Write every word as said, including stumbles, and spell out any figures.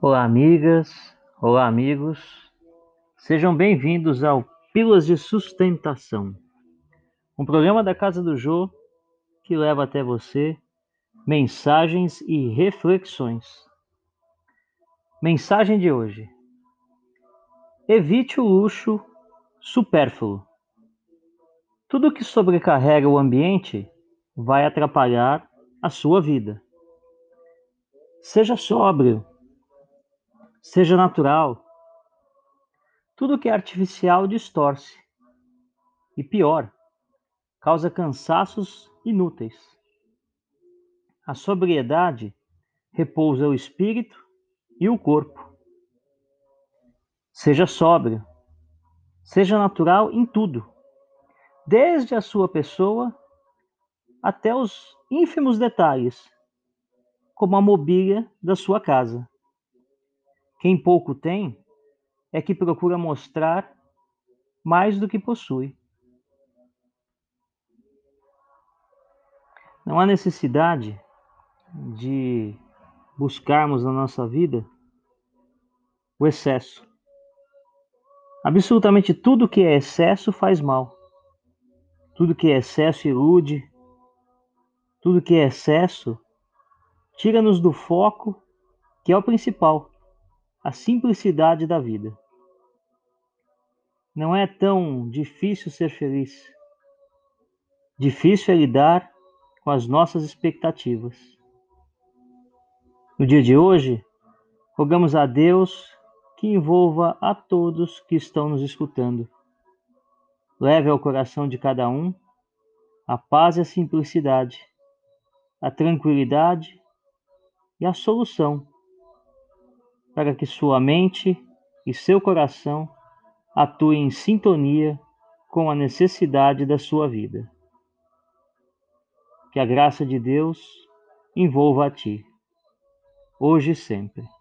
Olá, amigas, olá, amigos. Sejam bem-vindos ao Pílulas de Sustentação, um programa da Casa do Jô que leva até você mensagens e reflexões. Mensagem de hoje: evite o luxo supérfluo. Tudo que sobrecarrega o ambiente vai atrapalhar a sua vida. Seja sóbrio, seja natural. Tudo que é artificial distorce. E pior, causa cansaços inúteis. A sobriedade repousa o espírito e o corpo. Seja sóbrio, seja natural em tudo, desde a sua pessoa até os ínfimos detalhes, como a mobília da sua casa. Quem pouco tem é que procura mostrar mais do que possui. Não há necessidade de buscarmos na nossa vida o excesso. Absolutamente tudo que é excesso faz mal. Tudo que é excesso ilude. Tudo que é excesso tira-nos do foco, que é o principal, a simplicidade da vida. Não é tão difícil ser feliz. Difícil é lidar com as nossas expectativas. No dia de hoje, rogamos a Deus que envolva a todos que estão nos escutando. Leve ao coração de cada um a paz e a simplicidade, a tranquilidade e a solução, para que sua mente e seu coração atuem em sintonia com a necessidade da sua vida. Que a graça de Deus envolva a ti, hoje e sempre.